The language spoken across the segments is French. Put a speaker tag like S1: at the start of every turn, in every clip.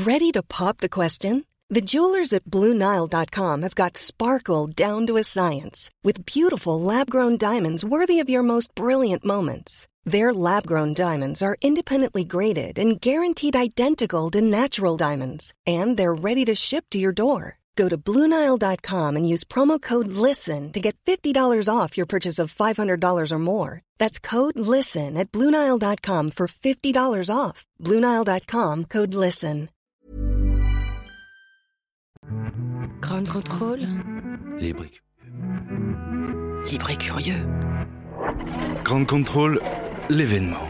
S1: Ready to pop the question? The jewelers at BlueNile.com have got sparkle down to a science with beautiful lab-grown diamonds worthy of your most brilliant moments. Their lab-grown diamonds are independently graded and guaranteed identical to natural diamonds, and they're ready to ship to your door. Go to BlueNile.com and use promo code LISTEN to get $50 off your purchase of $500 or more. That's code LISTEN at BlueNile.com for $50 off. BlueNile.com, code LISTEN.
S2: Grand contrôle.
S3: Libre.
S2: Libre et curieux.
S3: Grand contrôle, l'événement.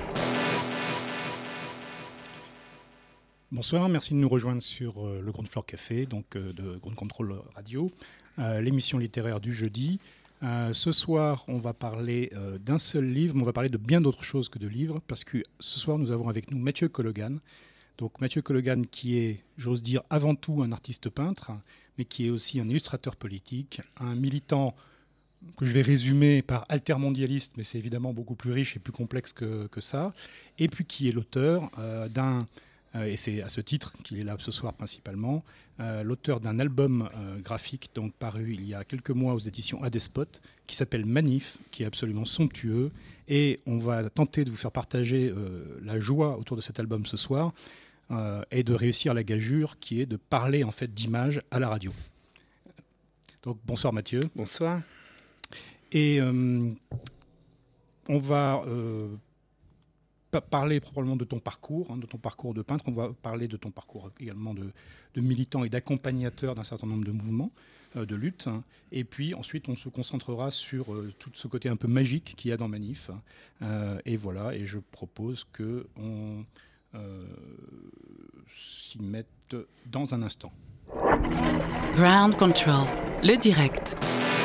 S4: Bonsoir, merci de nous rejoindre sur le Ground Floor Café, donc de Ground Control Radio, l'émission littéraire du jeudi. Ce soir, on va parler d'un seul livre, mais on va parler de bien d'autres choses que de livres, parce que ce soir, nous avons avec nous Mathieu Collogan. Donc Mathieu Collogan qui est, j'ose dire, avant tout un artiste peintre, mais qui est aussi un illustrateur politique, un militant que je vais résumer par altermondialiste, mais c'est évidemment beaucoup plus riche et plus complexe que ça, et puis qui est l'auteur d'un... et c'est à ce titre qu'il est là ce soir principalement, l'auteur d'un album graphique donc paru il y a quelques mois aux éditions Adespot, qui s'appelle Manif, qui est absolument somptueux. Et on va tenter de vous faire partager la joie autour de cet album ce soir, et de réussir la gageure qui est de parler en fait d'images à la radio. Donc bonsoir Mathieu.
S5: Bonsoir.
S4: Et on va... parler probablement de ton parcours, de ton parcours de peintre. On va parler de ton parcours également de militant et d'accompagnateur d'un certain nombre de mouvements de lutte. Et puis ensuite, on se concentrera sur tout ce côté un peu magique qu'il y a dans Manif. Et voilà, et je propose qu'on s'y mette dans un instant.
S2: Ground Control, le direct.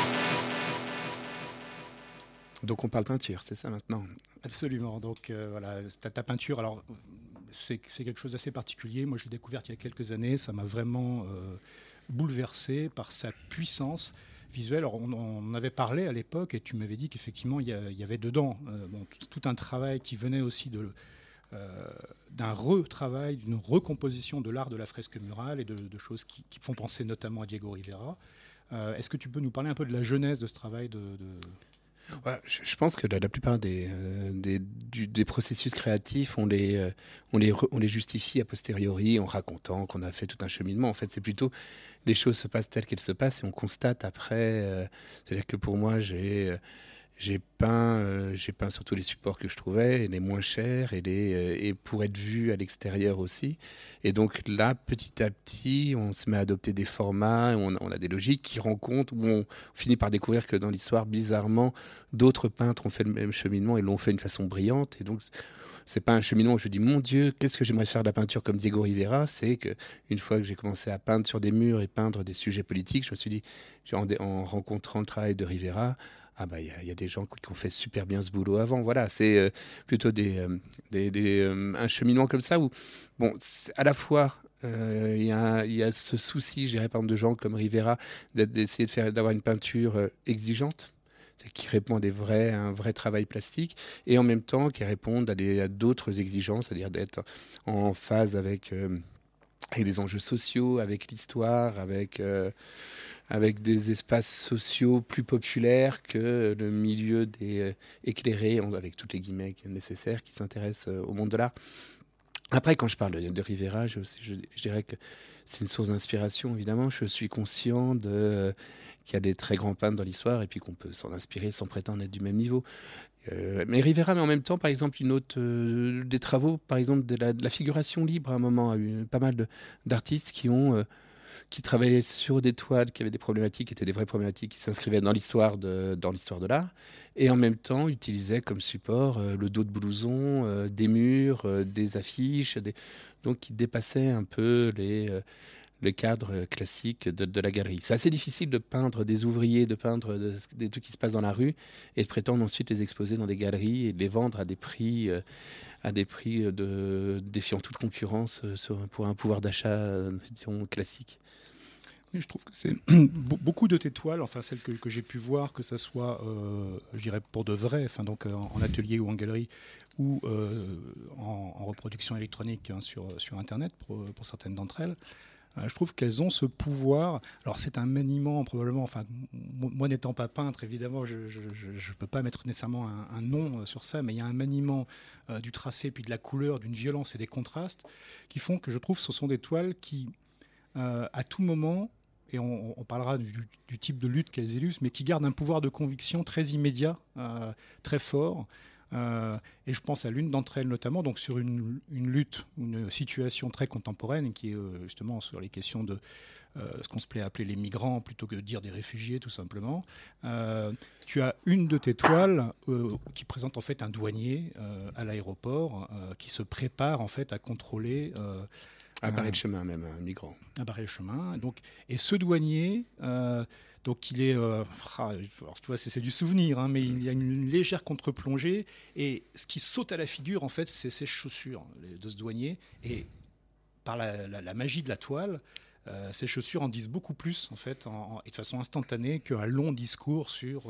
S5: Donc on parle peinture, c'est ça maintenant?
S4: Absolument. Donc voilà, ta peinture, alors c'est quelque chose d'assez particulier. Moi, je l'ai découverte il y a quelques années. Ça m'a vraiment bouleversé par sa puissance visuelle. Alors, on avait parlé à l'époque et tu m'avais dit qu'effectivement, il y avait dedans tout un travail qui venait aussi d'un retravail, d'une recomposition de l'art de la fresque murale et de choses qui font penser notamment à Diego Rivera. Est-ce que tu peux nous parler un peu de la genèse de ce travail
S5: Ouais, je pense que la plupart des processus créatifs, on les justifie a posteriori en racontant qu'on a fait tout un cheminement. En fait, c'est plutôt les choses se passent telles qu'elles se passent et on constate après. C'est-à-dire que pour moi, j'ai peint sur tous les supports que je trouvais, les moins chers et pour être vu à l'extérieur aussi. Et donc là, petit à petit, on se met à adopter des formats, on a des logiques qui rencontrent, où on finit par découvrir que dans l'histoire, bizarrement, d'autres peintres ont fait le même cheminement et l'ont fait d'une façon brillante. Et donc, c'est pas un cheminement où je dis, mon Dieu, qu'est-ce que j'aimerais faire de la peinture comme Diego Rivera. C'est qu'une fois que j'ai commencé à peindre sur des murs et peindre des sujets politiques, je me suis dit, en rencontrant le travail de Rivera, y a des gens qui ont fait super bien ce boulot avant. Voilà, c'est plutôt un cheminement comme ça où, bon, à la fois, il y a ce souci, je dirais, par exemple, de gens comme Rivera, d'essayer d'avoir une peinture exigeante, qui répond à un vrai travail plastique, et en même temps qui répondent à d'autres exigences, c'est-à-dire d'être en phase avec des enjeux sociaux, avec l'histoire, avec des espaces sociaux plus populaires que le milieu des éclairés, avec toutes les guillemets nécessaires, qui s'intéressent au monde de l'art. Après, quand je parle de Rivera, je dirais que c'est une source d'inspiration, évidemment. Je suis conscient qu'il y a des très grands peintres dans l'histoire et puis qu'on peut s'en inspirer sans prétendre être du même niveau. Mais Rivera, mais en même temps, par exemple, des travaux, par exemple, de la figuration libre, à un moment, a eu pas mal d'artistes qui travaillaient sur des toiles qui avaient des problématiques, qui étaient des vraies problématiques, qui s'inscrivaient dans l'histoire de l'art, et en même temps utilisaient comme support le dos de blouson, des murs, des affiches, donc qui dépassaient un peu le cadre classique de la galerie. C'est assez difficile de peindre des ouvriers, de peindre des trucs qui se passent dans la rue, et de prétendre ensuite les exposer dans des galeries et de les vendre à des prix défiant toute concurrence pour un pouvoir d'achat, disons, classique.
S4: Oui, je trouve que c'est beaucoup de tes toiles, enfin celles que j'ai pu voir, que ça soit, je dirais pour de vrai, enfin donc en atelier ou en galerie, ou en reproduction électronique hein, sur Internet pour certaines d'entre elles. Je trouve qu'elles ont ce pouvoir. Alors c'est un maniement probablement. Enfin, moi n'étant pas peintre, évidemment, je ne peux pas mettre nécessairement un nom sur ça, mais il y a un maniement du tracé, puis de la couleur, d'une violence et des contrastes, qui font que je trouve que ce sont des toiles qui, à tout moment, et on parlera du type de lutte qu'elles illustrent, mais qui gardent un pouvoir de conviction très immédiat, très fort. Et je pense à l'une d'entre elles notamment, donc sur une lutte, une situation très contemporaine qui est justement sur les questions de ce qu'on se plaît à appeler les migrants plutôt que de dire des réfugiés tout simplement. Tu as une de tes toiles qui présente en fait un douanier à l'aéroport qui se prépare en fait à contrôler
S5: à barrer le chemin même, un migrant.
S4: À barrer le chemin. Donc, et ce douanier... donc il est, alors, tu vois, c'est du souvenir, hein, mais il y a une légère contre-plongée. Et ce qui saute à la figure, en fait, c'est ses chaussures de ce douanier. Et par la magie de la toile, ces chaussures en disent beaucoup plus, en fait, et de façon instantanée, qu'un long discours sur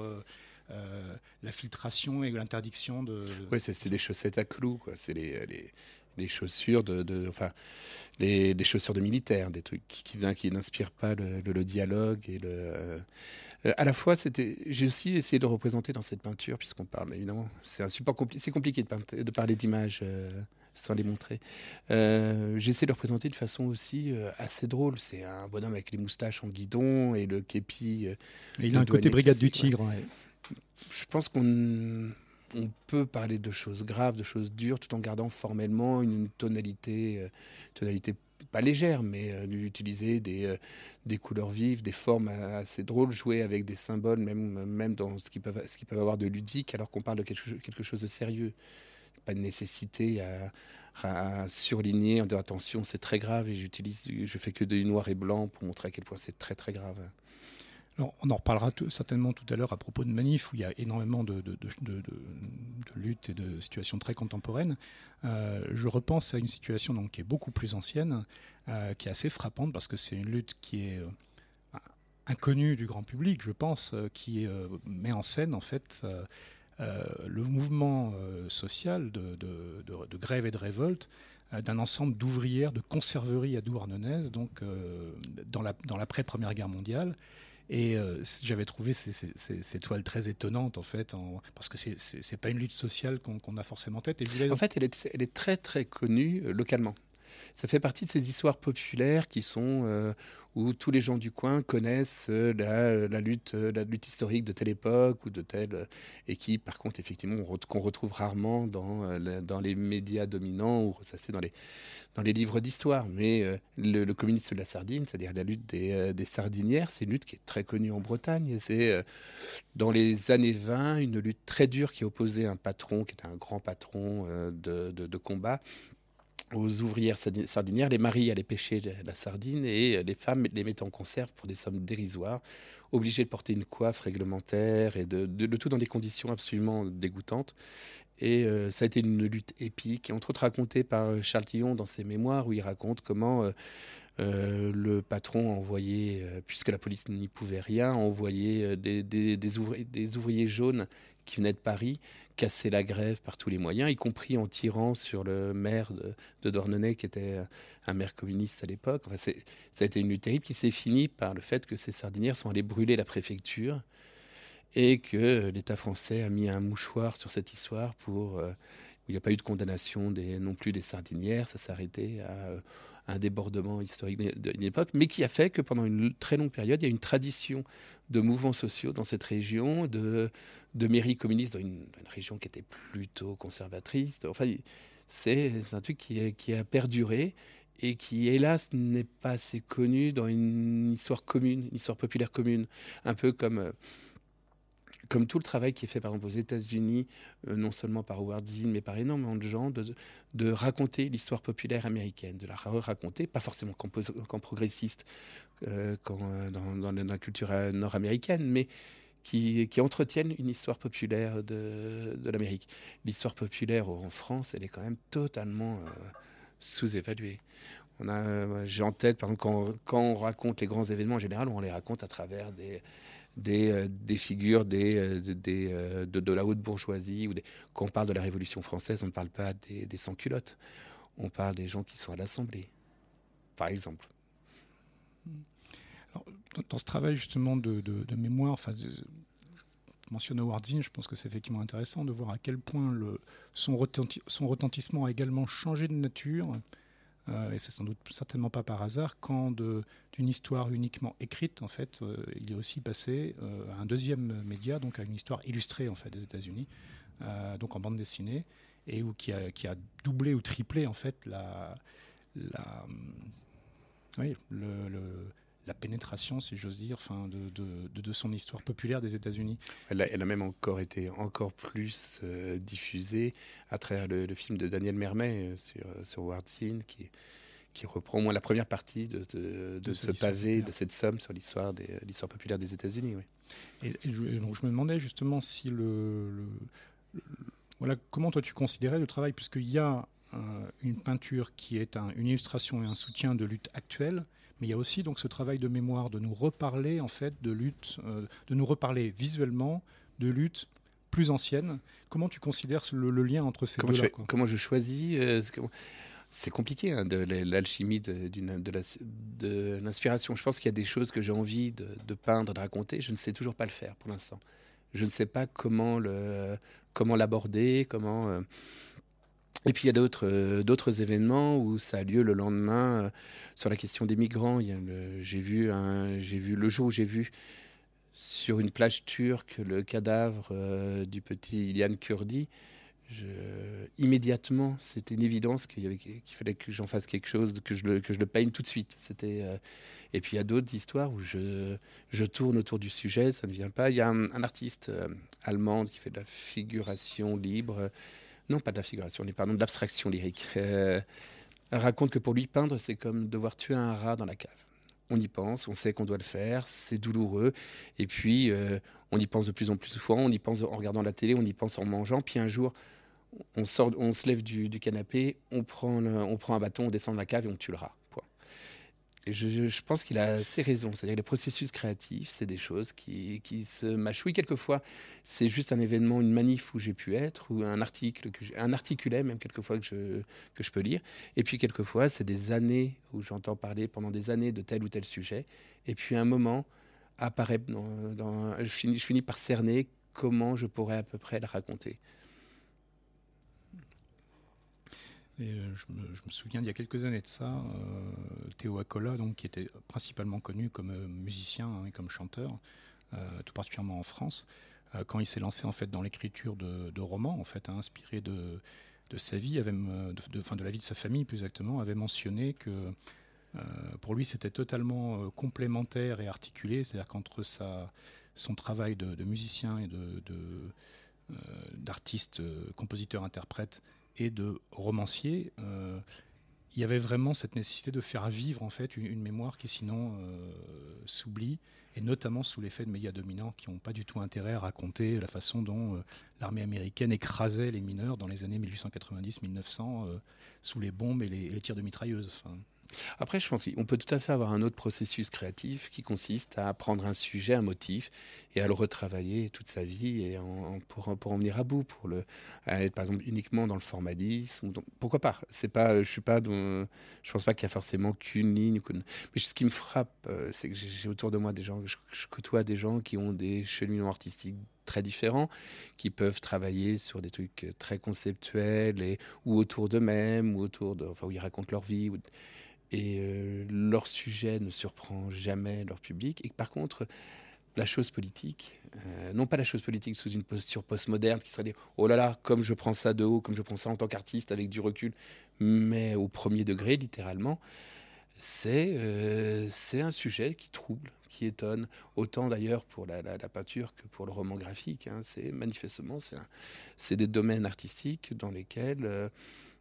S4: la filtration et l'interdiction de...
S5: Oui, c'est des chaussettes à clous, quoi. C'est les chaussures enfin, des chaussures de militaires, des trucs qui n'inspirent pas le dialogue et à la fois, j'ai aussi essayé de représenter dans cette peinture, puisqu'on parle évidemment, c'est un support c'est compliqué de parler d'images sans les montrer. J'ai essayé de le représenter de façon aussi assez drôle. C'est un bonhomme avec les moustaches en guidon et le képi.
S4: Et il a un côté brigade du tigre. Ouais.
S5: Je pense qu'on peut parler de choses graves, de choses dures, tout en gardant formellement une tonalité pas légère, mais d'utiliser des couleurs vives, des formes assez drôles, jouer avec des symboles, même dans ce qu'ils peuvent avoir de ludique, alors qu'on parle de quelque chose de sérieux. Pas de nécessité à surligner en disant attention, c'est très grave, et je fais que du noir et blanc pour montrer à quel point c'est très très grave.
S4: Alors, on en reparlera certainement tout à l'heure à propos de manifs où il y a énormément de luttes et de situations très contemporaines. Je repense à une situation donc, qui est beaucoup plus ancienne, qui est assez frappante parce que c'est une lutte qui est inconnue du grand public, je pense, qui met en scène en fait le mouvement social de grève et de révolte d'un ensemble d'ouvrières de conserverie à Douarnenez, donc dans l'après-première guerre mondiale. Et j'avais trouvé ces toiles très étonnantes, en fait, parce que c'est pas une lutte sociale qu'on a forcément en tête.
S5: En fait, elle est très, très connue localement. Ça fait partie de ces histoires populaires qui sont où tous les gens du coin connaissent la lutte historique de telle époque ou de telle, et qui, par contre, effectivement, qu'on retrouve rarement dans les médias dominants ou ressassés dans les livres d'histoire. Mais le communisme de la sardine, c'est-à-dire la lutte des sardinières, c'est une lutte qui est très connue en Bretagne. Et c'est dans les années 20 une lutte très dure qui opposait un patron qui était un grand patron de combat aux ouvrières sardinières. Les maris allaient pêcher la sardine et les femmes les mettaient en conserve pour des sommes dérisoires, obligées de porter une coiffe réglementaire et de tout dans des conditions absolument dégoûtantes. Et ça a été une lutte épique, entre autres racontée par Charles Tillon dans ses mémoires, où il raconte comment le patron envoyait, puisque la police n'y pouvait rien, envoyait des ouvriers jaunes qui venaient de Paris casser la grève par tous les moyens, y compris en tirant sur le maire de Douarnenez, qui était un maire communiste à l'époque. Enfin, ça a été une lutte terrible qui s'est finie par le fait que ces sardinières sont allées brûler la préfecture et que l'État français a mis un mouchoir sur cette histoire où il n'y a pas eu de condamnation non plus des sardinières. Ça s'est arrêté à un débordement historique d'une époque, mais qui a fait que pendant une très longue période, il y a une tradition de mouvements sociaux dans cette région, de mairies communistes dans une région qui était plutôt conservatrice. Enfin, c'est un truc qui a perduré et qui, hélas, n'est pas assez connu dans une histoire commune, une histoire populaire commune. Un peu comme tout le travail qui est fait, par exemple, aux États-Unis, non seulement par Howard Zinn, mais par énormément de gens, de raconter l'histoire populaire américaine, de la raconter, pas forcément qu'en progressiste, dans la culture nord-américaine, mais qui entretiennent une histoire populaire de l'Amérique. L'histoire populaire en France, elle est quand même totalement sous-évaluée. J'ai en tête, par exemple, quand on raconte les grands événements, en général, on les raconte à travers des figures de la haute bourgeoisie. Quand on parle de la Révolution française, on ne parle pas des sans-culottes. On parle des gens qui sont à l'Assemblée, par exemple.
S4: Alors, dans ce travail justement de mémoire, je mentionne Howard Zinn, je pense que c'est effectivement intéressant de voir à quel point son retentissement a également changé de nature. Et c'est sans doute certainement pas par hasard, quand d'une histoire uniquement écrite, en fait, il est aussi passé à un deuxième média, donc à une histoire illustrée en fait des États-Unis, donc en bande dessinée, et qui a doublé ou triplé en fait la pénétration, si j'ose dire, de son histoire populaire des États-Unis.
S5: Elle a même été encore plus diffusée à travers le film de Daniel Mermet sur Howard Zinn, qui reprend au moins la première partie de ce pavé, populaire. De cette somme sur l'histoire populaire des États-Unis. Oui.
S4: Donc je me demandais justement si voilà, comment toi tu considérais le travail, puisqu'il y a une peinture qui est une illustration et un soutien de lutte actuelle, mais il y a aussi donc ce travail de mémoire, de nous reparler en fait de lutte, de nous reparler visuellement de lutte plus ancienne. Comment tu considères le lien entre ces deux-là,
S5: comment je choisis c'est compliqué, hein, l'alchimie de l'inspiration. Je pense qu'il y a des choses que j'ai envie de peindre, de raconter. Je ne sais toujours pas le faire pour l'instant. Je ne sais pas comment l'aborder, Et puis il y a d'autres événements où ça a lieu le lendemain sur la question des migrants. Le jour où j'ai vu sur une plage turque le cadavre du petit Ilhan Kurdi. Immédiatement, c'était une évidence qu'il fallait que j'en fasse quelque chose, que je le peigne tout de suite. Et puis il y a d'autres histoires où je tourne autour du sujet, ça ne vient pas. Il y a un artiste allemand qui fait de la figuration libre. Non, pas de la figuration, pardon, de l'abstraction lyrique. Raconte que pour lui, peindre, c'est comme devoir tuer un rat dans la cave. On y pense, on sait qu'on doit le faire, c'est douloureux. Et puis, on y pense de plus en plus souvent, on y pense en regardant la télé, on y pense en mangeant. Puis un jour, on se lève du canapé, on prend un bâton, on descend de la cave et on tue le rat. Point. Et je pense qu'il a assez raison. C'est-à-dire que les processus créatifs, c'est des choses qui se mâchouillent. Quelquefois, c'est juste un événement, une manif où j'ai pu être, ou un articulet même quelquefois que je peux lire. Et puis quelquefois, c'est des années où j'entends parler pendant des années de tel ou tel sujet. Et puis un moment apparaît, je finis par cerner comment je pourrais à peu près le raconter.
S4: Et je me souviens d'il y a quelques années de ça, Théo Acola, donc, qui était principalement connu comme musicien et comme chanteur, tout particulièrement en France, quand il s'est lancé en fait dans l'écriture de romans, en fait, inspiré de sa vie, de la vie de sa famille plus exactement, avait mentionné que pour lui c'était totalement complémentaire et articulé, c'est-à-dire qu'entre son travail de musicien et d'artiste, compositeur, interprète, et de romancier, il y avait vraiment cette nécessité de faire vivre en fait une mémoire qui sinon s'oublie, et notamment sous l'effet de médias dominants qui n'ont pas du tout intérêt à raconter la façon dont l'armée américaine écrasait les mineurs dans les années 1890-1900 sous les bombes et les tirs de mitrailleuses.
S5: Après, je pense qu'on peut tout à fait avoir un autre processus créatif qui consiste à prendre un sujet, un motif, et à le retravailler toute sa vie et pour en venir à bout, à être par exemple uniquement dans le formalisme. Pourquoi pas ? Je pense pas qu'il y a forcément qu'une ligne. Mais ce qui me frappe, c'est que j'ai autour de moi des gens, je côtoie des gens qui ont des cheminements artistiques très différents, qui peuvent travailler sur des trucs très conceptuels ou autour d'eux-mêmes, ou où ils racontent leur vie. Et leur sujet ne surprend jamais leur public. Et par contre, la chose politique, non pas la chose politique sous une posture postmoderne qui serait dire « Oh là là, comme je prends ça de haut, comme je prends ça en tant qu'artiste avec du recul », mais au premier degré, littéralement, c'est un sujet qui trouble, qui étonne, autant d'ailleurs pour la peinture que pour le roman graphique. Hein. Manifestement, c'est des domaines artistiques dans lesquels...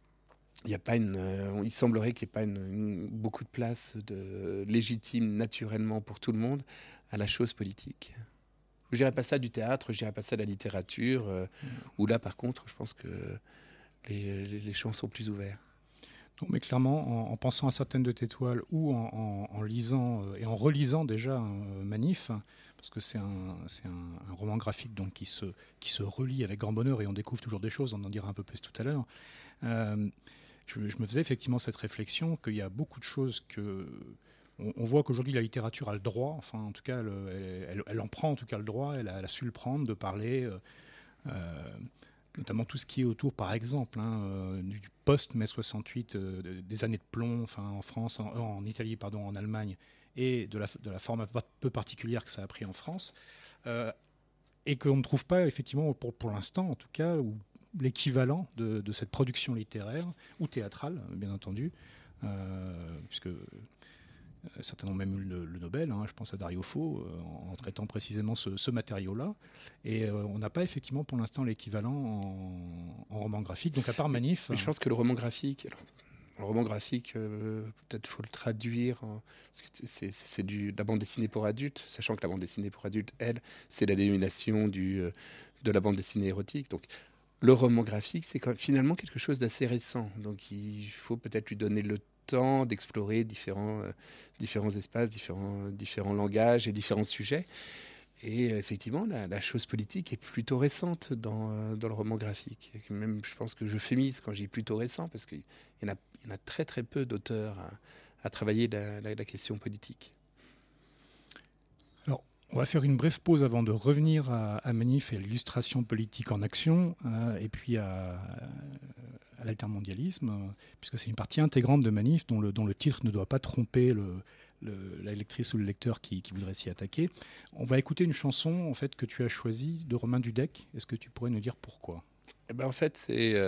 S5: il semblerait qu'il n'y ait pas beaucoup de place légitime naturellement pour tout le monde à la chose politique. Je dirais pas ça du théâtre, je dirais pas ça de la littérature, où là par contre je pense que les champs sont plus ouverts.
S4: Non, mais clairement, en pensant à certaines de tes toiles ou en lisant et en relisant déjà Manif, parce que c'est un roman graphique donc, qui se relit avec grand bonheur et on découvre toujours des choses, on en dira un peu plus tout à l'heure. Je me faisais effectivement cette réflexion qu'il y a beaucoup de choses que... On voit qu'aujourd'hui la littérature a le droit, enfin en tout cas elle en prend en tout cas le droit, elle a su le prendre, de parler... notamment tout ce qui est autour, par exemple, du post-mai 68, des années de plomb, en France, en Italie, pardon, en Allemagne, et de la forme un peu particulière que ça a pris en France, et qu'on ne trouve pas, effectivement, pour l'instant, en tout cas, l'équivalent de cette production littéraire, ou théâtrale, bien entendu, puisque... certains ont même eu le Nobel, je pense à Dario Fo, en traitant précisément ce matériau-là. Et on n'a pas effectivement pour l'instant l'équivalent en roman graphique, donc à part Manif.
S5: Mais je pense que le roman graphique, peut-être faut le traduire, parce que c'est de la bande dessinée pour adultes, sachant que la bande dessinée pour adultes, elle, c'est la dénomination de la bande dessinée érotique. Donc le roman graphique, c'est finalement quelque chose d'assez récent. Donc il faut peut-être lui donner le temps d'explorer différents espaces, différents langages et différents sujets. Et effectivement, la chose politique est plutôt récente dans le roman graphique. Et même, je pense que j'euphémise quand je dis plutôt récent, parce qu'il y en a très très peu d'auteurs à travailler la question politique.
S4: Alors, on va faire une brève pause avant de revenir à Manif et à l'illustration politique en action, et puis à l'altermondialisme, puisque c'est une partie intégrante de Manif dont le titre ne doit pas tromper la lectrice ou le lecteur qui voudrait s'y attaquer. On va écouter une chanson en fait, que tu as choisie de Romain Dudek. Est-ce que tu pourrais nous dire pourquoi ?
S5: En fait,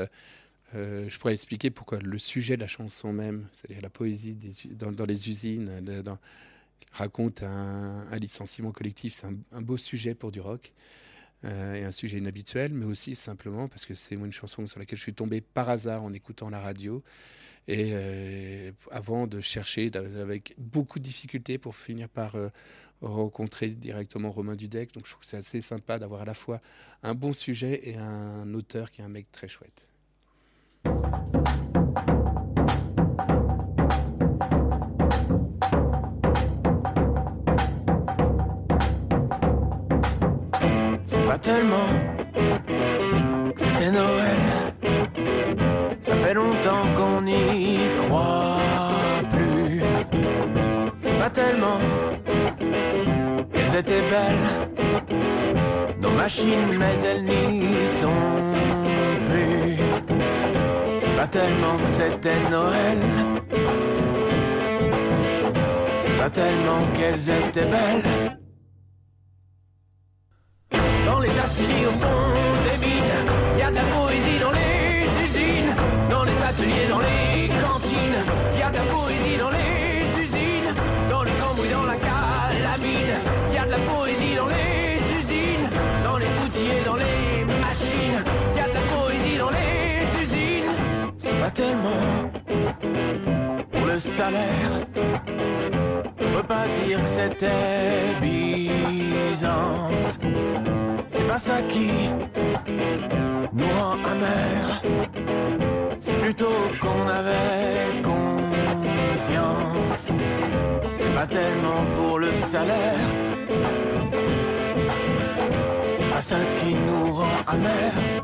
S5: je pourrais expliquer pourquoi le sujet de la chanson même, c'est-à-dire la poésie dans les usines, raconte un licenciement collectif. C'est un beau sujet pour du rock. Et un sujet inhabituel, mais aussi simplement parce que c'est une chanson sur laquelle je suis tombé par hasard en écoutant la radio, et avant de chercher avec beaucoup de difficultés pour finir par rencontrer directement Romain Dudek. Donc je trouve que c'est assez sympa d'avoir à la fois un bon sujet et un auteur qui est un mec très chouette.
S6: Pas tellement que c'était Noël, ça fait longtemps qu'on n'y croit plus. C'est pas tellement qu'elles étaient belles, nos machines, mais elles n'y sont plus. C'est pas tellement que c'était Noël, c'est pas tellement qu'elles étaient belles. Dans les aciéries au fond des mines, y a de la poésie dans les usines. Dans les ateliers, dans les cantines, y a de la poésie dans les usines. Dans le cambouis, dans la calamine, y a de la poésie dans les usines. Dans les outils et dans les machines, y a de la poésie dans les usines. C'est pas tellement pour le salaire, on peut pas dire que c'était Byzance. C'est pas ça qui nous rend amers, c'est plutôt qu'on avait confiance. C'est pas tellement pour le salaire, c'est pas ça qui nous rend amers.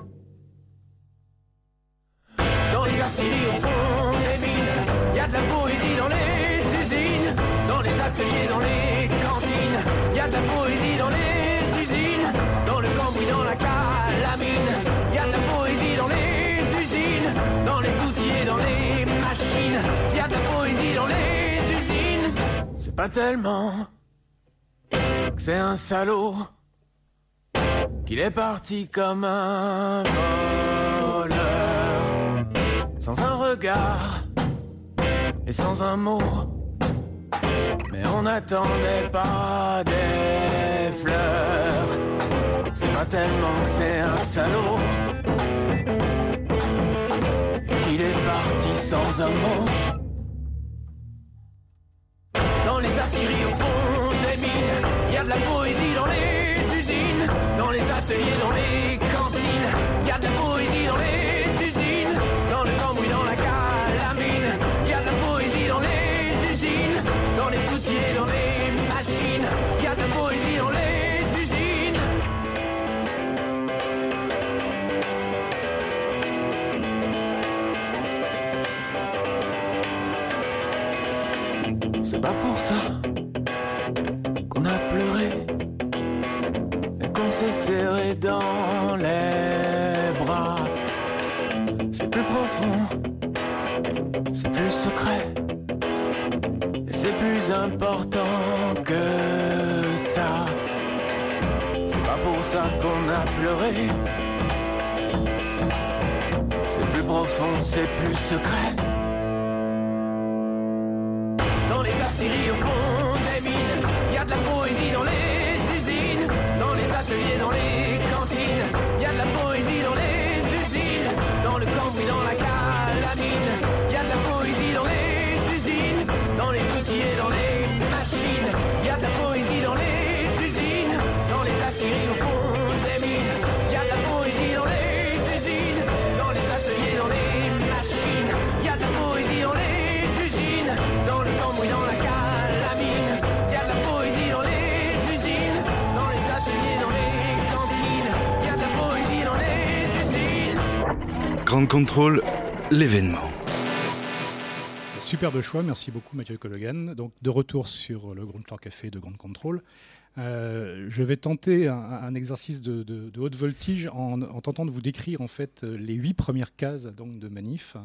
S6: Dans les aciéries au fond des mines, y a de la poésie dans les usines. Dans les ateliers, dans les cantines, y a de la poésie dans les usines. Dans le cambouis, dans la calamine, y a de la poésie dans les usines. Dans les outils et dans les machines, y a de la poésie dans les usines. C'est pas tellement que c'est un salaud qu'il est parti comme un voleur, sans un regard et sans un mot. Mais on n'attendait pas des fleurs. C'est pas tellement que c'est un salaud qu'il est parti sans un mot. Dans les aciéries au fond des mines, y a de la poésie dans les usines. Dans les ateliers, dans les cantines, y a de la poésie dans les usines. Dans le cambouis, dans la calamine, pour ça qu'on a pleuré et qu'on s'est serré dans les bras. C'est plus profond, c'est plus secret, et c'est plus important que ça. C'est pas pour ça qu'on a pleuré. C'est plus profond, c'est plus secret. Dans les aciéries au fond des mines, y a de la poésie dans les usines. Dans les ateliers, dans les cantines, y a de la poésie dans les usines. Dans le cambouis, dans la calamine, y a de la poésie dans les usines. Dans les outils et dans les machines, y a de la poésie dans les usines. Dans les aciéries au fond des mines, y a de la poésie dans les usines. Dans les ateliers, dans les machines, y a de la poésie dans les usines. Dans le cambouis, dans la calamine, y a de la poésie dans les usines. Dans les ateliers, dans les cantines, y a de la poésie dans les usines.
S3: Grand Contrôle, l'événement.
S4: Superbe choix, merci beaucoup Mathieu Cologan. Donc de retour sur le Ground Floor Café de Grand Contrôle. Je vais tenter un exercice de haute voltige en tentant de vous décrire en fait les 8 premières cases donc, de manif.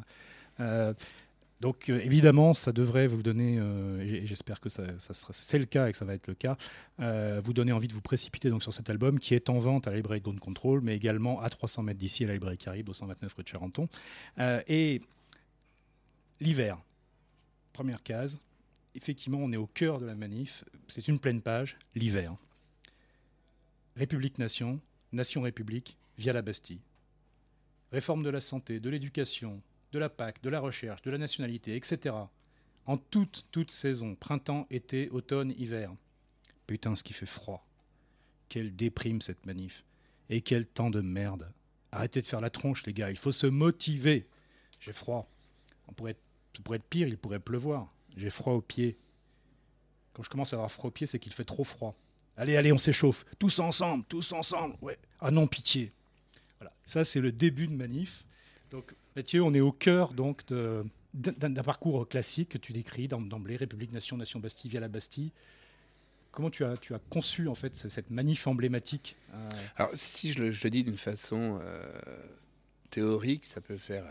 S4: Donc évidemment, ça devrait vous donner, et j'espère que c'est le cas et que ça va être le cas, vous donner envie de vous précipiter donc, sur cet album qui est en vente à la librairie Ground Control, mais également à 300 mètres d'ici à la librairie Caribe au 129 rue de Charenton. Et l'hiver, première case, effectivement on est au cœur de la manif, c'est une pleine page, l'hiver. République-Nation, Nation-République, via la Bastille. Réforme de la santé, de l'éducation, de la PAC, de la recherche, de la nationalité, etc. En toute saison, printemps, été, automne, hiver. Putain, ce qui fait froid. Quelle déprime cette manif. Et quel temps de merde. Arrêtez de faire la tronche, les gars, il faut se motiver. J'ai froid. Ça pourrait être pire, il pourrait pleuvoir. J'ai froid aux pieds. Quand je commence à avoir froid aux pieds, c'est qu'il fait trop froid. Allez, on s'échauffe. Tous ensemble. Ouais. Ah non, pitié. Voilà. Ça, c'est le début de manif. Donc, Mathieu, on est au cœur donc, d'un parcours classique que tu décris d'emblée, République, Nation, Bastille, via la Bastille. Comment tu as conçu en fait cette manif emblématique
S5: Alors, si je le dis d'une façon théorique, ça peut faire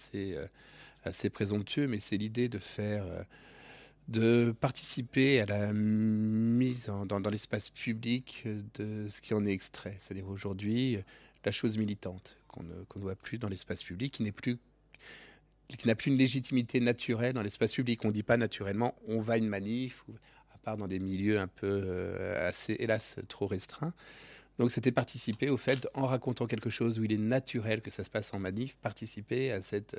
S5: assez présomptueux, mais c'est l'idée de participer à la mise dans l'espace public de ce qui en est extrait. C'est-à-dire aujourd'hui, la chose militante qu'on ne voit plus dans l'espace public, qui n'a plus une légitimité naturelle dans l'espace public. On ne dit pas naturellement on va à une manif, à part dans des milieux un peu assez, hélas, trop restreints. Donc c'était participer au fait, en racontant quelque chose où il est naturel que ça se passe en manif, participer à cette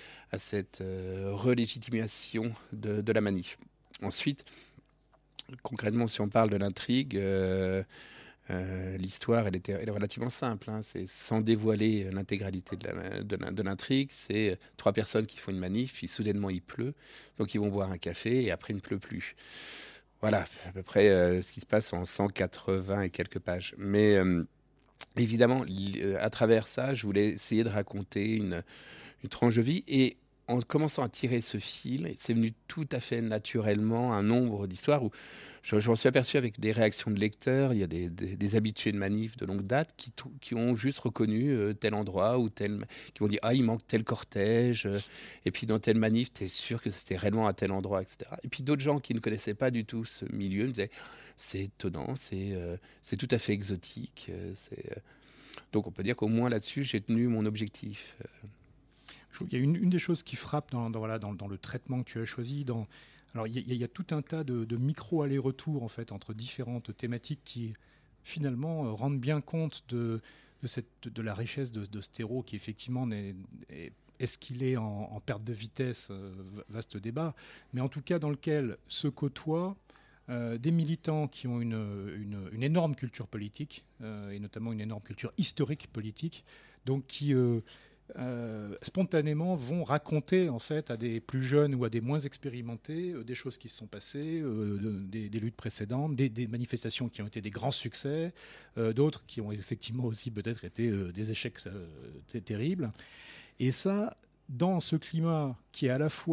S5: relégitimation de la manif. Ensuite, concrètement, si on parle de l'intrigue, l'histoire, elle est relativement simple. C'est sans dévoiler l'intégralité de l'intrigue. C'est 3 personnes qui font une manif, puis soudainement il pleut, donc ils vont boire un café et après il ne pleut plus. Voilà, à peu près ce qui se passe en 180 et quelques pages. Mais évidemment, à travers ça, je voulais essayer de raconter une tranche de vie. Et en commençant à tirer ce fil, c'est venu tout à fait naturellement un nombre d'histoires où je m'en suis aperçu avec des réactions de lecteurs. Il y a des habitués de manifs de longue date qui ont juste reconnu tel endroit ou qui m'ont dit « Ah, il manque tel cortège. Et puis dans telle manif, t'es sûr que c'était réellement à tel endroit, etc. » Et puis d'autres gens qui ne connaissaient pas du tout ce milieu me disaient « C'est étonnant, c'est tout à fait exotique. » Donc on peut dire qu'au moins là-dessus, j'ai tenu mon objectif.
S4: Je trouve qu'il y a une des choses qui frappe dans le traitement que tu as choisi. Alors il y a tout un tas de micro-allers-retours en fait, entre différentes thématiques qui finalement rendent bien compte de la richesse de ce terreau qui effectivement est-ce qu'il est en perte de vitesse, vaste débat, mais en tout cas dans lequel se côtoient des militants qui ont une énorme culture politique, et notamment une énorme culture historique politique, donc qui spontanément vont raconter en fait à des plus jeunes ou à des moins expérimentés des choses qui se sont passées, des luttes précédentes, des manifestations qui ont été des grands succès, d'autres qui ont effectivement aussi peut-être été des échecs terribles. Et ça, dans ce climat qui est à la fois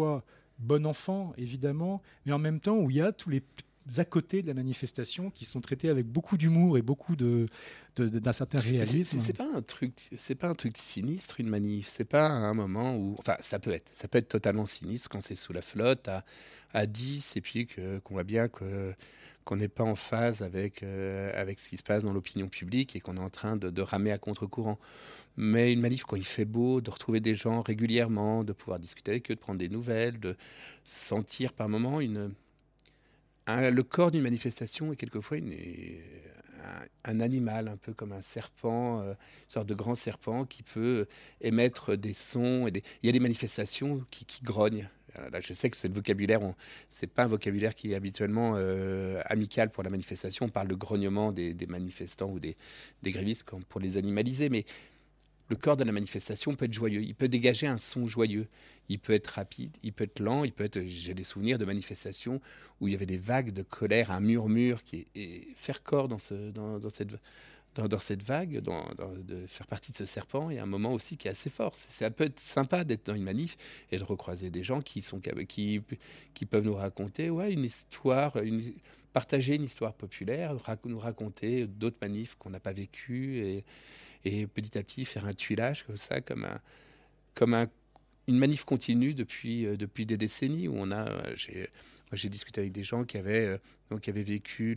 S4: bon enfant, évidemment, mais en même temps où il y a tous les à côté de la manifestation qui sont traités avec beaucoup d'humour et beaucoup d'un certain réalisme.
S5: C'est pas un truc sinistre, une manif. C'est pas un moment où, enfin, ça peut être totalement sinistre quand c'est sous la flotte à 10 et puis qu'on voit bien qu'on n'est pas en phase avec ce qui se passe dans l'opinion publique et qu'on est en train de ramer à contre-courant. Mais une manif, quand il fait beau, de retrouver des gens régulièrement, de pouvoir discuter avec eux, de prendre des nouvelles, de sentir par moments le corps d'une manifestation est quelquefois un animal, un peu comme un serpent, une sorte de grand serpent qui peut émettre des sons. Il y a des manifestations qui grognent. Là, je sais que c'est pas un vocabulaire qui est habituellement amical pour la manifestation. On parle de grognement des manifestants ou des grévistes comme pour les animaliser, mais le corps de la manifestation peut être joyeux, il peut dégager un son joyeux, il peut être rapide, il peut être lent, j'ai des souvenirs de manifestations où il y avait des vagues de colère, un murmure et faire corps dans cette vague, de faire partie de ce serpent, il y a un moment aussi qui est assez fort. Ça peut être sympa d'être dans une manif et de recroiser des gens qui peuvent nous raconter une histoire, partager une histoire populaire, nous raconter d'autres manifs qu'on n'a pas vécues et petit à petit faire un tuilage comme ça, comme une manif continue depuis des décennies où j'ai discuté avec des gens qui avaient vécu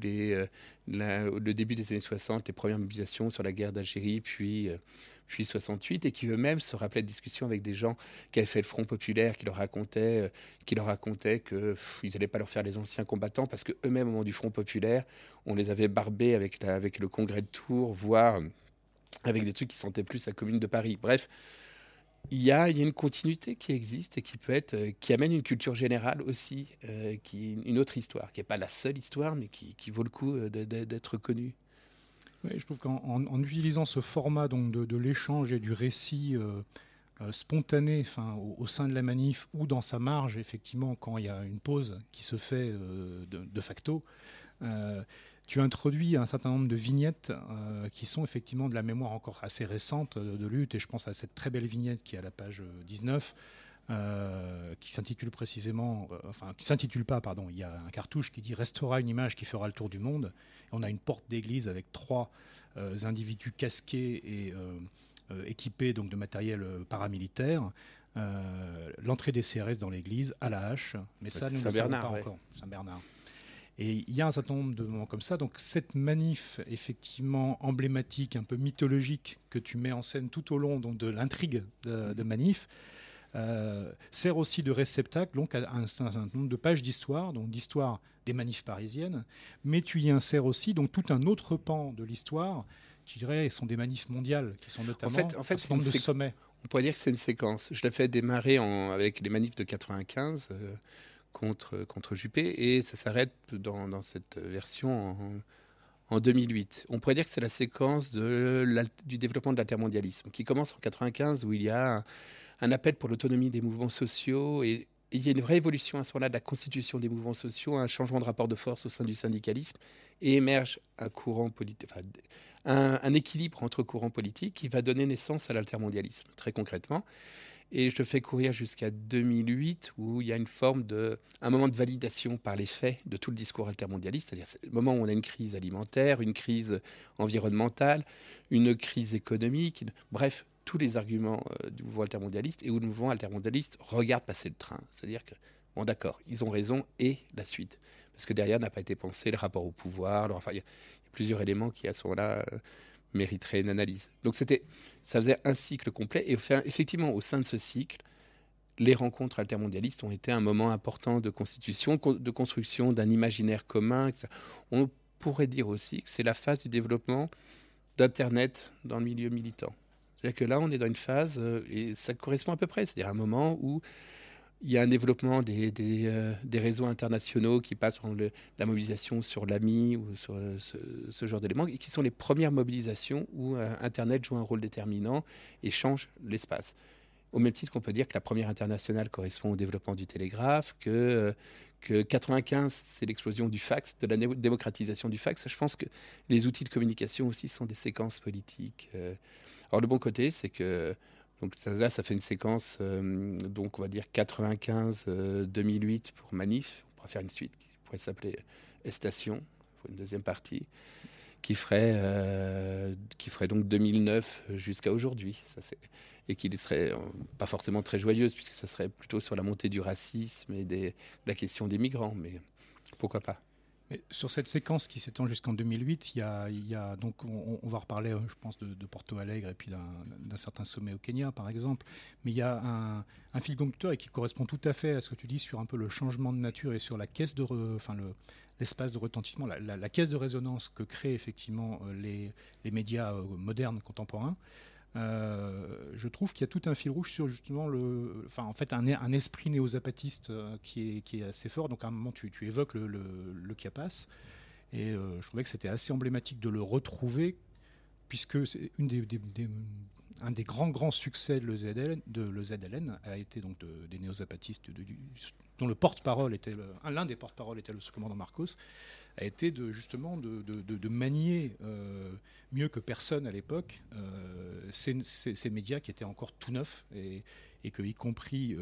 S5: le début des années 60, les premières mobilisations sur la guerre d'Algérie, puis 68, et qui eux-mêmes se rappelaient de discussions avec des gens qui avaient fait le Front populaire, qui leur racontaient qu'ils n'allaient pas leur faire les anciens combattants parce qu'eux-mêmes, au moment du Front populaire, on les avait barbés avec le congrès de Tours, voire avec des trucs qui sentaient plus la Commune de Paris. Bref, il y a une continuité qui existe et qui amène une culture générale aussi, qui est une autre histoire, qui n'est pas la seule histoire, mais qui vaut le coup d'être connue.
S4: Oui, je trouve qu'en utilisant ce format donc de l'échange et du récit spontané, au sein de la manif ou dans sa marge, effectivement, quand il y a une pause qui se fait de facto, tu introduis un certain nombre de vignettes qui sont effectivement de la mémoire encore assez récente de lutte, et je pense à cette très belle vignette qui est à la page 19, qui s'intitule il y a un cartouche qui dit « Restera une image qui fera le tour du monde ». Et on a une porte d'église avec 3 individus casqués et équipés donc, de matériel paramilitaire. L'entrée des CRS dans l'église à la hache, mais ça, nous ne le savons pas encore. Saint-Bernard. Et il y a un certain nombre de moments comme ça. Donc cette manif, effectivement emblématique, un peu mythologique, que tu mets en scène tout au long donc, de l'intrigue de manif, sert aussi de réceptacle donc, à un certain nombre de pages d'histoire, donc d'histoire des manifs parisiennes, mais tu y insères aussi donc, tout un autre pan de l'histoire, qui dirais sont des manifs mondiales, qui sont notamment un certain nombre de sommets.
S5: On pourrait dire que c'est une séquence. Je l'ai fait démarrer avec les manifs de 95 contre Juppé, et ça s'arrête dans cette version en 2008. On pourrait dire que c'est la séquence du développement de l'intermondialisme, qui commence en 95, où il y a un appel pour l'autonomie des mouvements sociaux, et il y a une vraie évolution à ce moment-là de la constitution des mouvements sociaux, un changement de rapport de force au sein du syndicalisme, et émerge un courant politique, un équilibre entre courants politiques qui va donner naissance à l'altermondialisme, très concrètement. Et je fais courir jusqu'à 2008, où il y a un moment de validation par les faits de tout le discours altermondialiste, c'est-à-dire le moment où on a une crise alimentaire, une crise environnementale, une crise économique, bref, tous les arguments du mouvement altermondialiste, et où le mouvement altermondialiste regarde passer le train. C'est-à-dire que, bon d'accord, ils ont raison, et la suite. Parce que derrière n'a pas été pensé le rapport au pouvoir, il y a plusieurs éléments qui, à ce moment-là, mériterait une analyse. Donc ça faisait un cycle complet, et effectivement au sein de ce cycle, les rencontres altermondialistes ont été un moment important de constitution, de construction d'un imaginaire commun, etc. On pourrait dire aussi que c'est la phase du développement d'Internet dans le milieu militant. C'est-à-dire que là on est dans une phase, et ça correspond à peu près, c'est-à-dire un moment où il y a un développement des réseaux internationaux qui passent par la mobilisation sur l'AMI ou sur ce genre d'éléments, et qui sont les premières mobilisations où Internet joue un rôle déterminant et change l'espace. Au même titre qu'on peut dire que la première internationale correspond au développement du télégraphe, que 95, c'est l'explosion du fax, de la démocratisation du fax. Je pense que les outils de communication aussi sont des séquences politiques. Alors le bon côté, c'est que Donc là, ça fait une séquence, donc on va dire 95-2008 pour Manif. On pourrait faire une suite qui pourrait s'appeler Estation, pour une deuxième partie, qui ferait donc 2009 jusqu'à aujourd'hui. Et qui ne serait pas forcément très joyeuse, puisque ce serait plutôt sur la montée du racisme et la question des migrants, mais pourquoi pas.
S4: Mais sur cette séquence qui s'étend jusqu'en 2008, il y a donc on va reparler, je pense, de Porto Alegre et puis d'un certain sommet au Kenya, par exemple. Mais il y a un fil conducteur et qui correspond tout à fait à ce que tu dis sur un peu le changement de nature et sur la caisse l'espace de retentissement, la caisse de résonance que créent effectivement les médias modernes contemporains. Je trouve qu'il y a tout un fil rouge sur justement un esprit néo-zapatiste qui est assez fort. Donc à un moment tu évoques le Chiapas et je trouvais que c'était assez emblématique de le retrouver, puisque c'est un des grands succès de l'EZLN a été donc des néo-zapatistes dont le porte-parole était l'un des porte-parole était le commandant Marcos, a été de manier mieux que personne à l'époque ces médias qui étaient encore tout neufs et que, y compris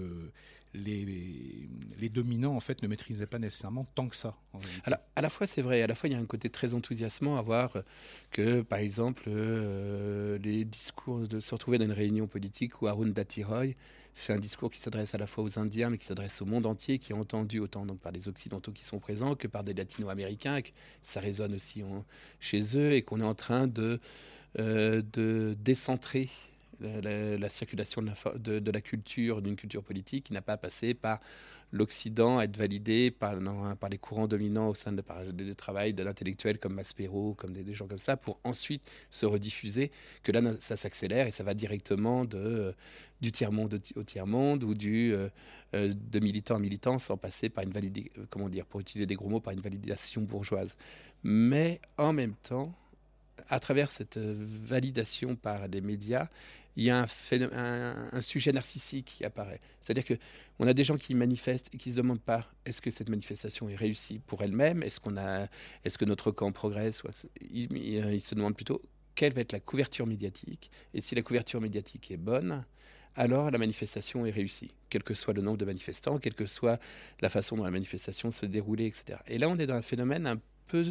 S4: les dominants en fait ne maîtrisaient pas nécessairement tant que ça.
S5: À la fois c'est vrai, à la fois il y a un côté très enthousiasmant à voir que par exemple les discours se retrouver dans une réunion politique où Arun Datiroy fait un discours qui s'adresse à la fois aux Indiens mais qui s'adresse au monde entier, qui est entendu autant donc par les Occidentaux qui sont présents que par des Latino-Américains, et que ça résonne aussi chez eux, et qu'on est en train de décentrer la circulation de la culture, d'une culture politique qui n'a pas passé par l'Occident, à être validé par les courants dominants au sein du travail de l'intellectuel comme Maspero, comme des gens comme ça, pour ensuite se rediffuser, que là ça s'accélère et ça va directement du tiers-monde au tiers-monde, ou de militant à militant, sans passer par pour utiliser des gros mots, par une validation bourgeoise. Mais en même temps, à travers cette validation par des médias, il y a un sujet narcissique qui apparaît. C'est-à-dire qu'on a des gens qui manifestent et qui ne se demandent pas est-ce que cette manifestation est réussie pour elle-même, est-ce que notre camp progresse. Ils se demandent plutôt quelle va être la couverture médiatique. Et si la couverture médiatique est bonne, alors la manifestation est réussie, quel que soit le nombre de manifestants, quelle que soit la façon dont la manifestation se déroulait, etc. Et là, on est dans un phénomène un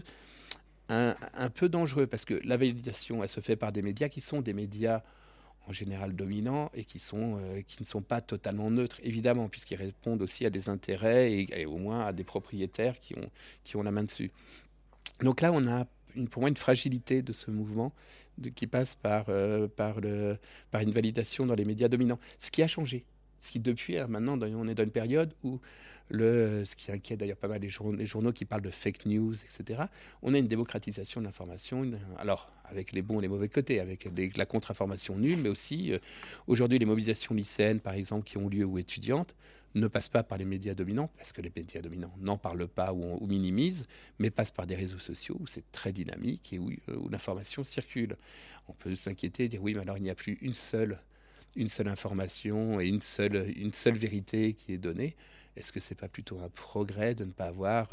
S5: peu dangereux, parce que la validation, elle se fait par des médias qui sont des médias en général dominants et qui ne sont pas totalement neutres, évidemment, puisqu'ils répondent aussi à des intérêts et au moins à des propriétaires qui ont la main dessus. Donc là, on a pour moi une fragilité de ce mouvement qui passe par une validation dans les médias dominants. Ce qui a changé. Ce qui depuis, maintenant, on est dans une période où ce qui inquiète d'ailleurs pas mal les journaux qui parlent de fake news, etc. On a une démocratisation de l'information, alors avec les bons et les mauvais côtés, avec la contre-information nulle, mais aussi aujourd'hui les mobilisations lycéennes, par exemple, qui ont lieu ou étudiantes, ne passent pas par les médias dominants, parce que les médias dominants n'en parlent pas ou minimisent, mais passent par des réseaux sociaux où c'est très dynamique et où l'information circule. On peut s'inquiéter et dire oui, mais alors il n'y a plus une seule information et une seule vérité qui est donnée. Est-ce que c'est pas plutôt un progrès de ne pas avoir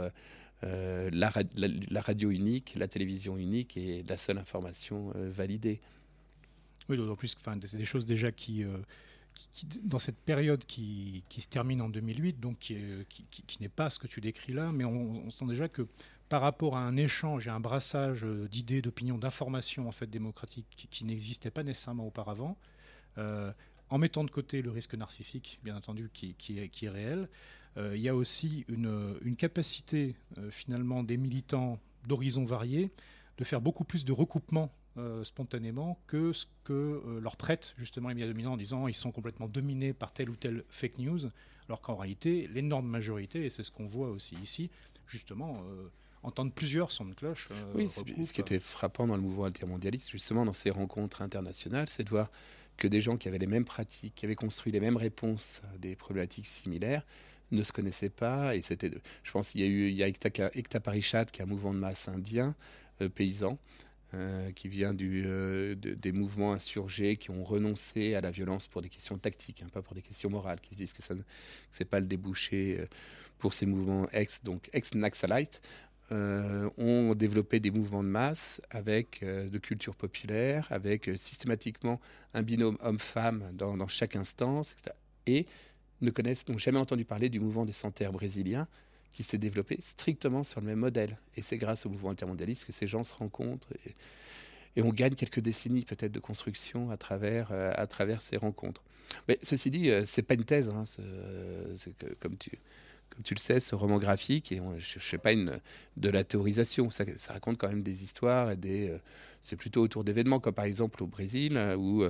S5: la radio unique, la télévision unique et la seule information validée?
S4: Oui, d'autant plus que c'est des choses déjà qui dans cette période qui se termine en 2008, donc qui n'est pas ce que tu décris là, mais on sent déjà que par rapport à un échange et un brassage d'idées, d'opinions, d'informations en fait démocratiques qui n'existaient pas nécessairement auparavant, en mettant de côté le risque narcissique, bien entendu, qui est réel, il y a aussi une capacité, finalement, des militants d'horizons variés de faire beaucoup plus de recoupements spontanément que ce que leur prêtent, justement, les médias dominants en disant ils sont complètement dominés par telle ou telle fake news, alors qu'en réalité, l'énorme majorité, et c'est ce qu'on voit aussi ici, justement... entendre plusieurs sons de cloche.
S5: Oui, ce qui était frappant dans le mouvement altermondialiste, justement, dans ces rencontres internationales, c'est de voir que des gens qui avaient les mêmes pratiques, qui avaient construit les mêmes réponses à des problématiques similaires, ne se connaissaient pas. Et je pense qu'il y a Ekta Parishad, qui est un mouvement de masse indien, paysan, qui vient des mouvements insurgés qui ont renoncé à la violence pour des questions tactiques, pas pour des questions morales, qui se disent que c'est pas le débouché pour ces mouvements ex-Naxalites. ont développé des mouvements de masse avec de culture populaire, avec systématiquement un binôme homme-femme dans chaque instance, etc. Et n'ont jamais entendu parler du mouvement des sans-terre brésilien qui s'est développé strictement sur le même modèle. Et c'est grâce au mouvement intermondialiste que ces gens se rencontrent et on gagne quelques décennies peut-être de construction à travers ces rencontres. Mais ceci dit, c'est pas une thèse, hein, comme tu le sais, ce roman graphique, et je ne fais pas de la théorisation, ça raconte quand même des histoires, c'est plutôt autour d'événements, comme par exemple au Brésil,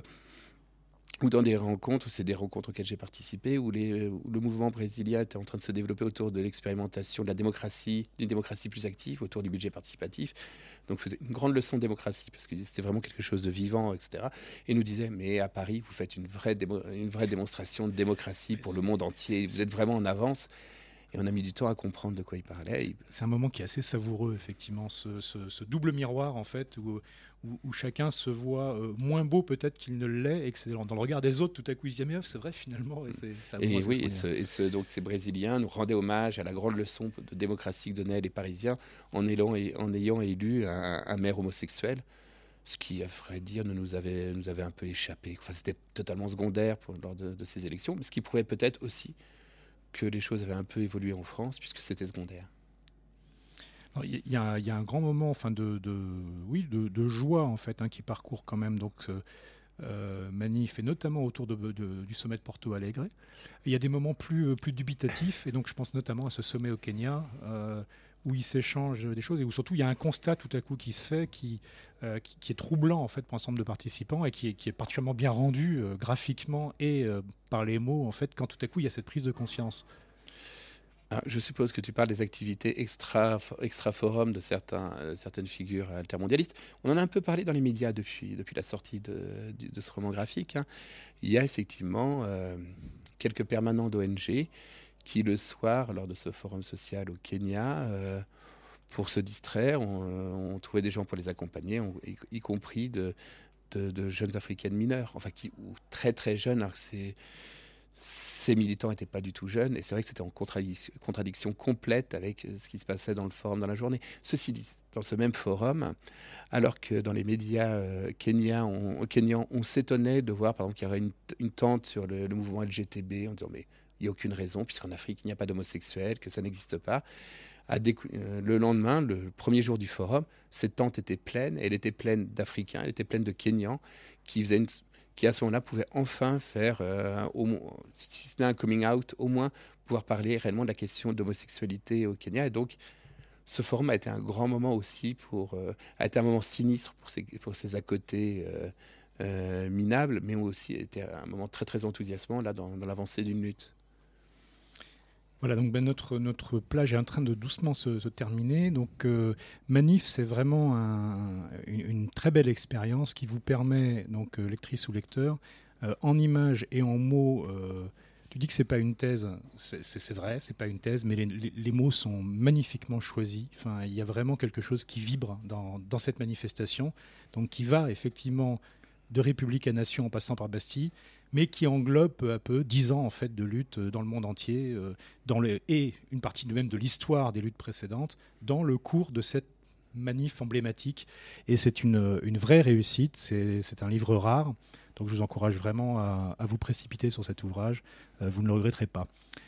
S5: ou dans des rencontres, c'est des rencontres auxquelles j'ai participé, où le mouvement brésilien était en train de se développer autour de l'expérimentation de la démocratie, d'une démocratie plus active, autour du budget participatif. Donc, faisait une grande leçon de démocratie, parce que c'était vraiment quelque chose de vivant, etc. Et nous disait, mais à Paris, vous faites une vraie démonstration de démocratie pour le monde entier, vous êtes vraiment en avance. Et on a mis du temps à comprendre de quoi il parlait.
S4: C'est un moment qui est assez savoureux, effectivement, ce double miroir, en fait, où chacun se voit moins beau peut-être qu'il ne l'est, et que c'est dans le regard des autres, tout à coup, il se dit, mais c'est vrai, finalement.
S5: Donc ces Brésiliens nous rendaient hommage à la grande leçon de démocratie que donnaient les Parisiens en ayant élu un maire homosexuel. Ce qui, à vrai dire, nous avait un peu échappé. Enfin, c'était totalement secondaire lors de ces élections, mais ce qui prouvait peut-être aussi que les choses avaient un peu évolué en France, puisque c'était secondaire.
S4: Il y a un grand moment de joie, en fait, qui parcourt quand même manif, et notamment autour du sommet de Porto Alegre. Il y a des moments plus dubitatifs, et donc je pense notamment à ce sommet au Kenya, où il s'échange des choses, et où surtout il y a un constat tout à coup qui se fait, qui est troublant en fait pour l'ensemble de participants, et qui est particulièrement bien rendu graphiquement et par les mots, en fait, quand tout à coup il y a cette prise de conscience.
S5: Alors, je suppose que tu parles des activités extra-forum de certaines figures altermondialistes. On en a un peu parlé dans les médias depuis la sortie de ce roman graphique. Hein. Il y a effectivement quelques permanents d'ONG qui, le soir, lors de ce forum social au Kenya, pour se distraire, on trouvait des gens pour les accompagner, y compris de jeunes africaines mineures, enfin, ou très très jeunes. Alors que ces militants n'étaient pas du tout jeunes, et c'est vrai que c'était en contradiction complète avec ce qui se passait dans le forum dans la journée. Ceci dit, dans ce même forum, alors que dans les médias kenyans, on s'étonnait de voir, par exemple, qu'il y aurait une tente sur le mouvement LGTB, en disant mais il n'y a aucune raison, puisqu'en Afrique, il n'y a pas d'homosexuels, que ça n'existe pas. Le lendemain, le premier jour du forum, cette tente était pleine, elle était pleine d'Africains, elle était pleine de Kenyans, qui à ce moment-là pouvaient enfin faire, si ce n'est un coming out, au moins pouvoir parler réellement de la question d'homosexualité au Kenya. Et donc, ce forum a été un grand moment aussi, a été un moment sinistre pour ces à-côtés minables, mais aussi été un moment très très enthousiasmant là, dans l'avancée d'une lutte.
S4: Voilà, donc notre plage est en train de doucement se terminer. Donc Manif, c'est vraiment une très belle expérience qui vous permet, donc lectrice ou lecteur, en images et en mots. Tu dis que c'est pas une thèse, c'est vrai, c'est pas une thèse, mais les mots sont magnifiquement choisis. Enfin, il y a vraiment quelque chose qui vibre dans cette manifestation, donc qui va effectivement de République à Nation en passant par Bastille, mais qui englobe peu à peu 10 ans en fait, de lutte dans le monde entier, et une partie même de l'histoire des luttes précédentes, dans le cours de cette manif emblématique. Et c'est une vraie réussite, c'est un livre rare, donc je vous encourage vraiment à vous précipiter sur cet ouvrage, vous ne le regretterez pas.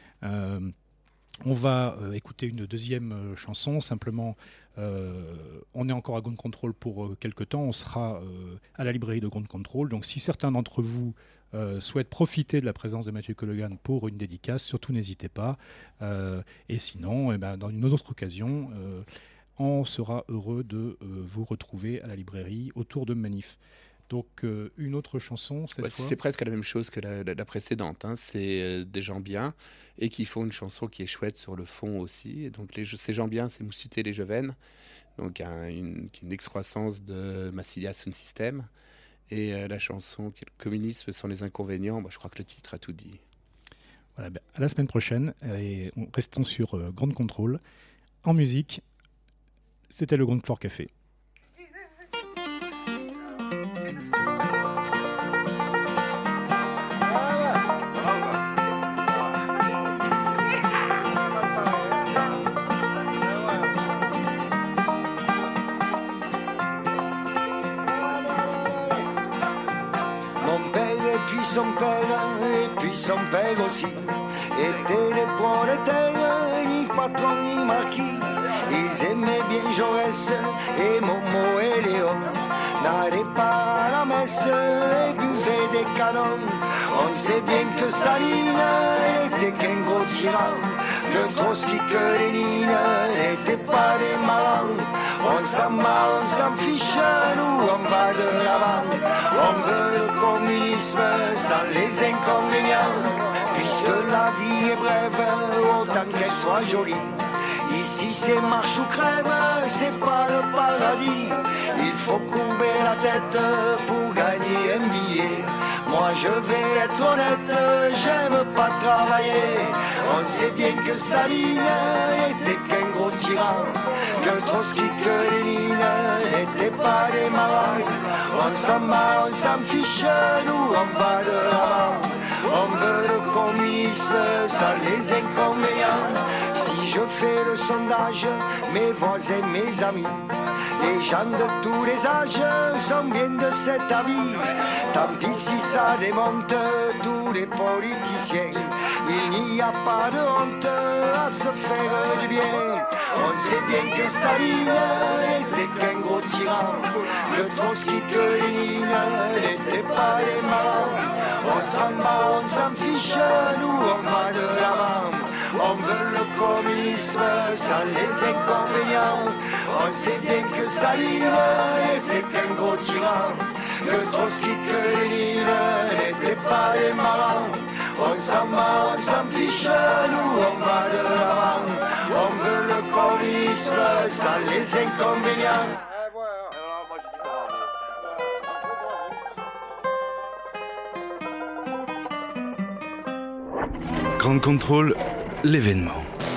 S4: On va écouter une deuxième chanson, simplement on est encore à Ground Control pour quelques temps, on sera à la librairie de Ground Control, donc si certains d'entre vous souhaitent profiter de la présence de Mathieu Collogan pour une dédicace, surtout n'hésitez pas, et sinon dans une autre occasion on sera heureux de vous retrouver à la librairie autour de Manif. Donc une autre chanson cette fois.
S5: C'est presque la même chose que la précédente, hein. C'est des gens bien et qui font une chanson qui est chouette sur le fond aussi. Et donc ces gens bien, c'est Moussuté les Jeuven, donc une excroissance de Massilia Sound System. Et la chanson qui est le communisme sans les inconvénients, je crois que le titre a tout dit.
S4: Voilà, à la semaine prochaine, et restons sur Ground Control. En musique, c'était le Ground Floor Café.
S7: son père, et puis son père aussi, étaient des prolétaires, ni patron ni marquis. Ils aimaient bien Jaurès et Momo et Léon, n'allaient pas à la messe et buvaient des canons. On sait bien que Staline n'était qu'un gros tyran, que Trotsky, que Lénine n'étaient pas des malins. On s'en marre, on s'en fiche, nous on va de l'avant. On veut le communisme sans les inconvénients, puisque la vie est brève, autant qu'elle soit jolie. Ici c'est marche ou crève, c'est pas le paradis. Il faut courber la tête pour gagner un billet. Moi je vais être honnête, j'aime pas travailler. On sait bien que Staline n'était qu'un gros tyran, que Trotsky, que Lénine n'étaient pas des marins. On s'en marre, on s'en fiche, nous on va de l'avant. On veut le communisme sans les inconvénients. Si je fais le sondage, mes voisins, mes amis, les gens de tous les âges sont bien de cet avis. Tant pis si ça démonte tous les politiciens, il n'y a pas de honte à se faire du bien. On sait bien que Staline n'était qu'un gros tyran, que Trotsky, que Lénine n'étaient pas les malins. On s'en bat, on s'en fiche, nous on va de l'avant. On veut le communisme sans les inconvénients. On sait bien que Staline n'était qu'un gros tyran, que Trotsky, que Lénine n'étaient pas les malins. On s'en bat, on s'en fiche, nous on va de l'avant. On veut le communisme sans les inconvénients.
S3: Grand Contrôle, l'événement.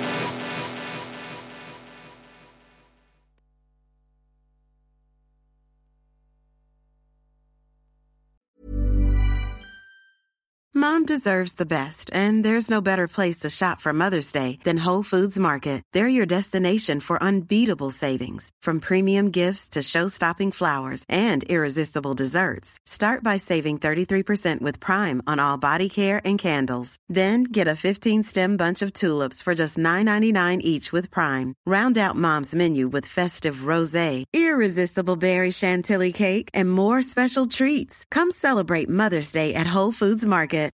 S8: Mom deserves the best, and there's no better place to shop for Mother's Day than Whole Foods Market. They're your destination for unbeatable savings, from premium gifts to show-stopping flowers and irresistible desserts. Start by saving 33% with Prime on all body care and candles. Then get a 15-stem bunch of tulips for just $9.99 each with Prime. Round out Mom's menu with festive rosé, irresistible berry chantilly cake, and more special treats. Come celebrate Mother's Day at Whole Foods Market.